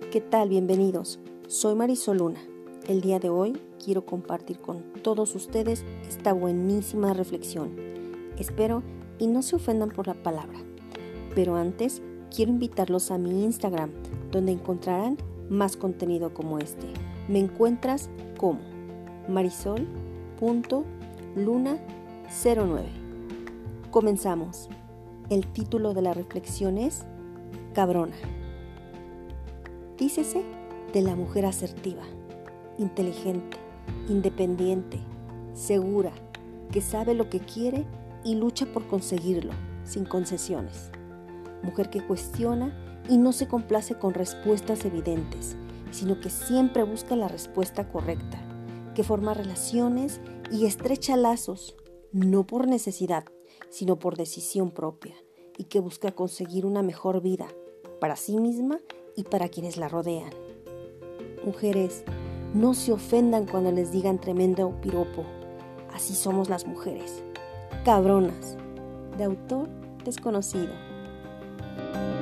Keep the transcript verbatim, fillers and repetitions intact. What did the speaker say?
¿Qué tal? Bienvenidos. Soy Marisol Luna. El día de hoy quiero compartir con todos ustedes esta buenísima reflexión. Espero y no se ofendan por la palabra. Pero antes quiero invitarlos a mi Instagram, donde encontrarán más contenido como este. Me encuentras como marisol punto luna cero nueve. Comenzamos. El título de la reflexión es Cabrona. Dícese de la mujer asertiva, inteligente, independiente, segura, que sabe lo que quiere y lucha por conseguirlo, sin concesiones. Mujer que cuestiona y no se complace con respuestas evidentes, sino que siempre busca la respuesta correcta, que forma relaciones y estrecha lazos, no por necesidad, sino por decisión propia, y que busca conseguir una mejor vida para sí misma y para quienes la rodean. Mujeres, no se ofendan cuando les digan tremendo piropo. Así somos las mujeres. Cabronas. De autor desconocido.